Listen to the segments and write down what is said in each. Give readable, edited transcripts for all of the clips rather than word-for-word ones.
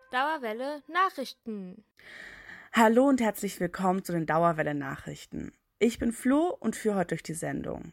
Dauerwelle Nachrichten. Hallo und herzlich willkommen zu den Dauerwelle Nachrichten. Ich bin Flo und führe heute durch die Sendung.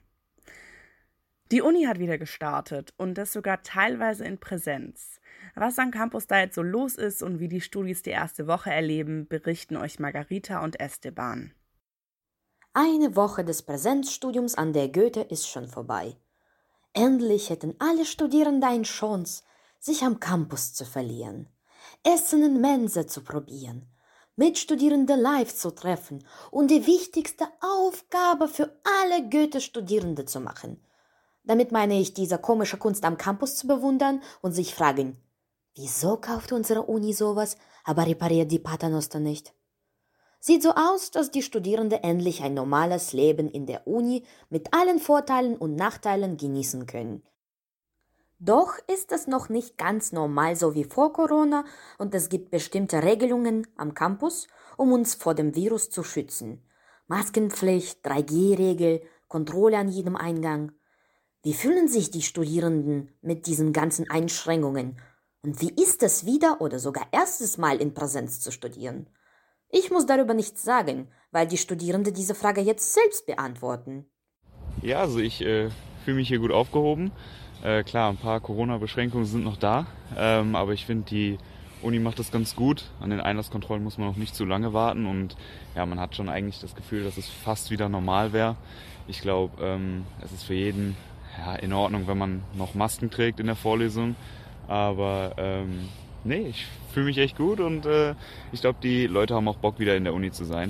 Die Uni hat wieder gestartet und das sogar teilweise in Präsenz. Was am Campus da jetzt so los ist und wie die Studis die erste Woche erleben, berichten euch Margarita und Esteban. Eine Woche des Präsenzstudiums an der Goethe ist schon vorbei. Endlich hätten alle Studierende eine Chance, sich am Campus zu verlieren, Essen in Mensa zu probieren, Mitstudierende live zu treffen und die wichtigste Aufgabe für alle Goethe-Studierende zu machen. Damit meine ich, diese komische Kunst am Campus zu bewundern und sich fragen, wieso kauft unsere Uni sowas, aber repariert die Paternoster nicht? Sieht so aus, dass die Studierenden endlich ein normales Leben in der Uni mit allen Vorteilen und Nachteilen genießen können. Doch ist es noch nicht ganz normal so wie vor Corona und es gibt bestimmte Regelungen am Campus, um uns vor dem Virus zu schützen. Maskenpflicht, 3G-Regel, Kontrolle an jedem Eingang. Wie fühlen sich die Studierenden mit diesen ganzen Einschränkungen? Und wie ist es wieder oder sogar erstes Mal in Präsenz zu studieren? Ich muss darüber nichts sagen, weil die Studierenden diese Frage jetzt selbst beantworten. Ja, also ich fühle mich hier gut aufgehoben. Klar, ein paar Corona-Beschränkungen sind noch da, aber ich finde, die Uni macht das ganz gut. An den Einlasskontrollen muss man noch nicht zu lange warten und ja, man hat schon eigentlich das Gefühl, dass es fast wieder normal wäre. Ich glaube, es ist für jeden in Ordnung, wenn man noch Masken trägt in der Vorlesung, aber nee, ich fühle mich echt gut und ich glaube, die Leute haben auch Bock, wieder in der Uni zu sein.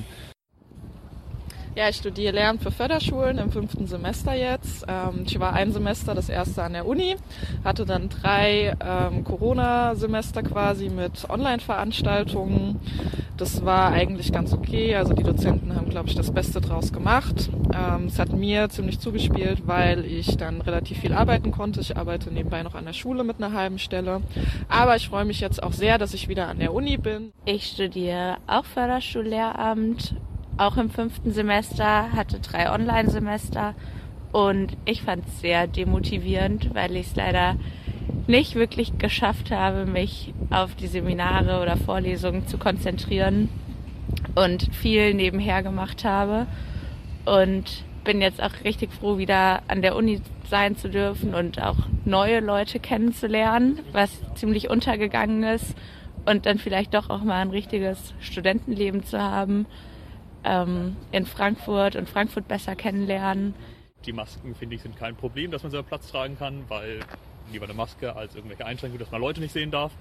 Ja, ich studiere Lehramt für Förderschulen im 5. Semester jetzt. Ich war ein Semester, das erste an der Uni, hatte dann 3 Corona-Semester quasi mit Online-Veranstaltungen. Das war eigentlich ganz okay, also die Dozenten haben, glaube ich, das Beste draus gemacht. Es hat mir ziemlich zugespielt, weil ich dann relativ viel arbeiten konnte. Ich arbeite nebenbei noch an der Schule mit einer halben Stelle. Aber ich freue mich jetzt auch sehr, dass ich wieder an der Uni bin. Ich studiere auch Förderschullehramt. Auch im 5. Semester, hatte 3 Online-Semester und ich fand es sehr demotivierend, weil ich es leider nicht wirklich geschafft habe, mich auf die Seminare oder Vorlesungen zu konzentrieren und viel nebenher gemacht habe und bin jetzt auch richtig froh, wieder an der Uni sein zu dürfen und auch neue Leute kennenzulernen, was ziemlich untergegangen ist und dann vielleicht doch auch mal ein richtiges Studentenleben zu haben. In Frankfurt und Frankfurt besser kennenlernen. Die Masken, finde ich, sind kein Problem, dass man so einen Platz tragen kann, weil lieber eine Maske als irgendwelche Einschränkungen, dass man Leute nicht sehen darf.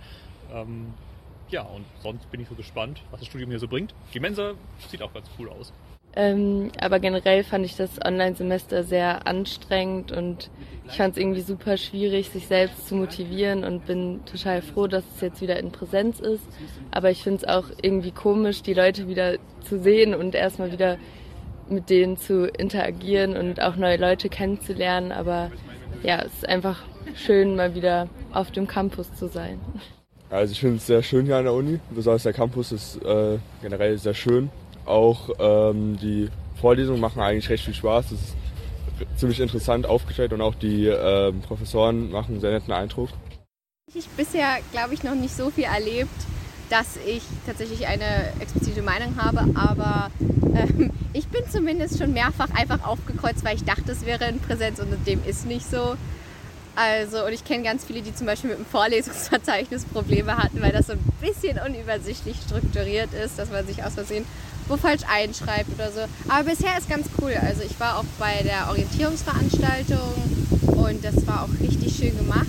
Ja, und sonst bin ich so gespannt, was das Studium hier so bringt. Die Mensa sieht auch ganz cool aus. Aber generell fand ich das Online-Semester sehr anstrengend und ich fand es irgendwie super schwierig, sich selbst zu motivieren und bin total froh, dass es jetzt wieder in Präsenz ist. Aber ich finde es auch irgendwie komisch, die Leute wieder zu sehen und erstmal wieder mit denen zu interagieren und auch neue Leute kennenzulernen. Aber ja, es ist einfach schön, mal wieder auf dem Campus zu sein. Also ich finde es sehr schön hier an der Uni, besonders der Campus ist generell sehr schön. Auch die Vorlesungen machen eigentlich recht viel Spaß. Es ist ziemlich interessant aufgestellt und auch die Professoren machen einen sehr netten Eindruck. Ich habe bisher, glaube ich, noch nicht so viel erlebt, dass ich tatsächlich eine explizite Meinung habe, aber ich bin zumindest schon mehrfach einfach aufgekreuzt, weil ich dachte, es wäre in Präsenz und dem ist nicht so. Also, und ich kenne ganz viele, die zum Beispiel mit dem Vorlesungsverzeichnis Probleme hatten, weil das so ein bisschen unübersichtlich strukturiert ist, dass man sich aus Versehen wo falsch einschreibt oder so. Aber bisher ist ganz cool. Also ich war auch bei der Orientierungsveranstaltung und das war auch richtig schön gemacht.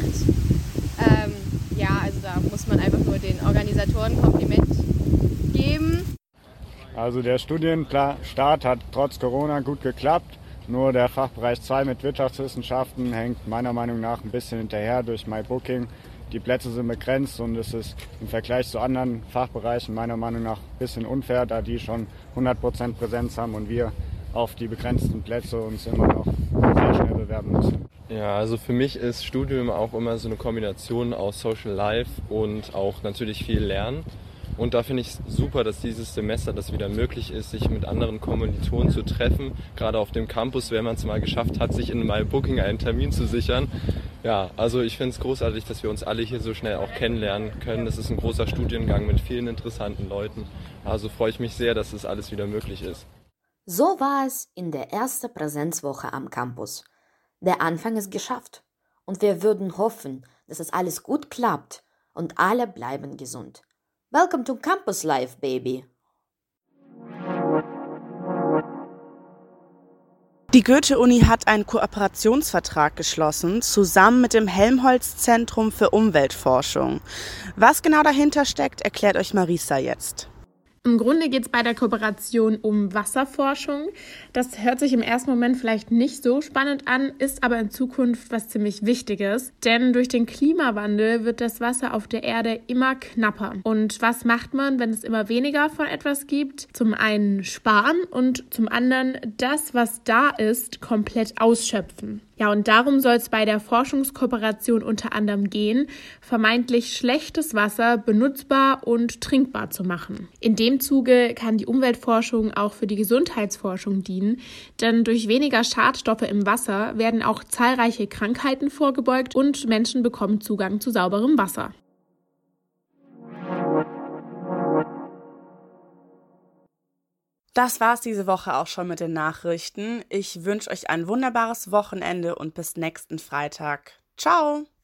Ja, also da muss man einfach nur den Organisatoren ein Kompliment geben. Also der Studienstart hat trotz Corona gut geklappt. Nur der Fachbereich 2 mit Wirtschaftswissenschaften hängt meiner Meinung nach ein bisschen hinterher durch MyBooking. Die Plätze sind begrenzt und es ist im Vergleich zu anderen Fachbereichen meiner Meinung nach ein bisschen unfair, da die schon 100% Präsenz haben und wir auf die begrenzten Plätze uns immer noch sehr schnell bewerben müssen. Ja, also für mich ist Studium auch immer so eine Kombination aus Social Life und auch natürlich viel Lernen. Und da finde ich es super, dass dieses Semester das wieder möglich ist, sich mit anderen Kommilitonen zu treffen. Gerade auf dem Campus, wenn man es mal geschafft hat, sich in MyBooking einen Termin zu sichern. Ja, also ich finde es großartig, dass wir uns alle hier so schnell auch kennenlernen können. Es ist ein großer Studiengang mit vielen interessanten Leuten. Also freue ich mich sehr, dass das alles wieder möglich ist. So war es in der ersten Präsenzwoche am Campus. Der Anfang ist geschafft und wir würden hoffen, dass es alles gut klappt und alle bleiben gesund. Welcome to Campus Life, baby! Die Goethe-Uni hat einen Kooperationsvertrag geschlossen, zusammen mit dem Helmholtz-Zentrum für Umweltforschung. Was genau dahinter steckt, erklärt euch Marisa jetzt. Im Grunde geht es bei der Kooperation um Wasserforschung. Das hört sich im ersten Moment vielleicht nicht so spannend an, ist aber in Zukunft was ziemlich Wichtiges. Denn durch den Klimawandel wird das Wasser auf der Erde immer knapper. Und was macht man, wenn es immer weniger von etwas gibt? Zum einen sparen und zum anderen das, was da ist, komplett ausschöpfen. Ja, und darum soll es bei der Forschungskooperation unter anderem gehen, vermeintlich schlechtes Wasser benutzbar und trinkbar zu machen. In dem Zuge kann die Umweltforschung auch für die Gesundheitsforschung dienen, denn durch weniger Schadstoffe im Wasser werden auch zahlreiche Krankheiten vorgebeugt und Menschen bekommen Zugang zu sauberem Wasser. Das war's diese Woche auch schon mit den Nachrichten. Ich wünsche euch ein wunderbares Wochenende und bis nächsten Freitag. Ciao!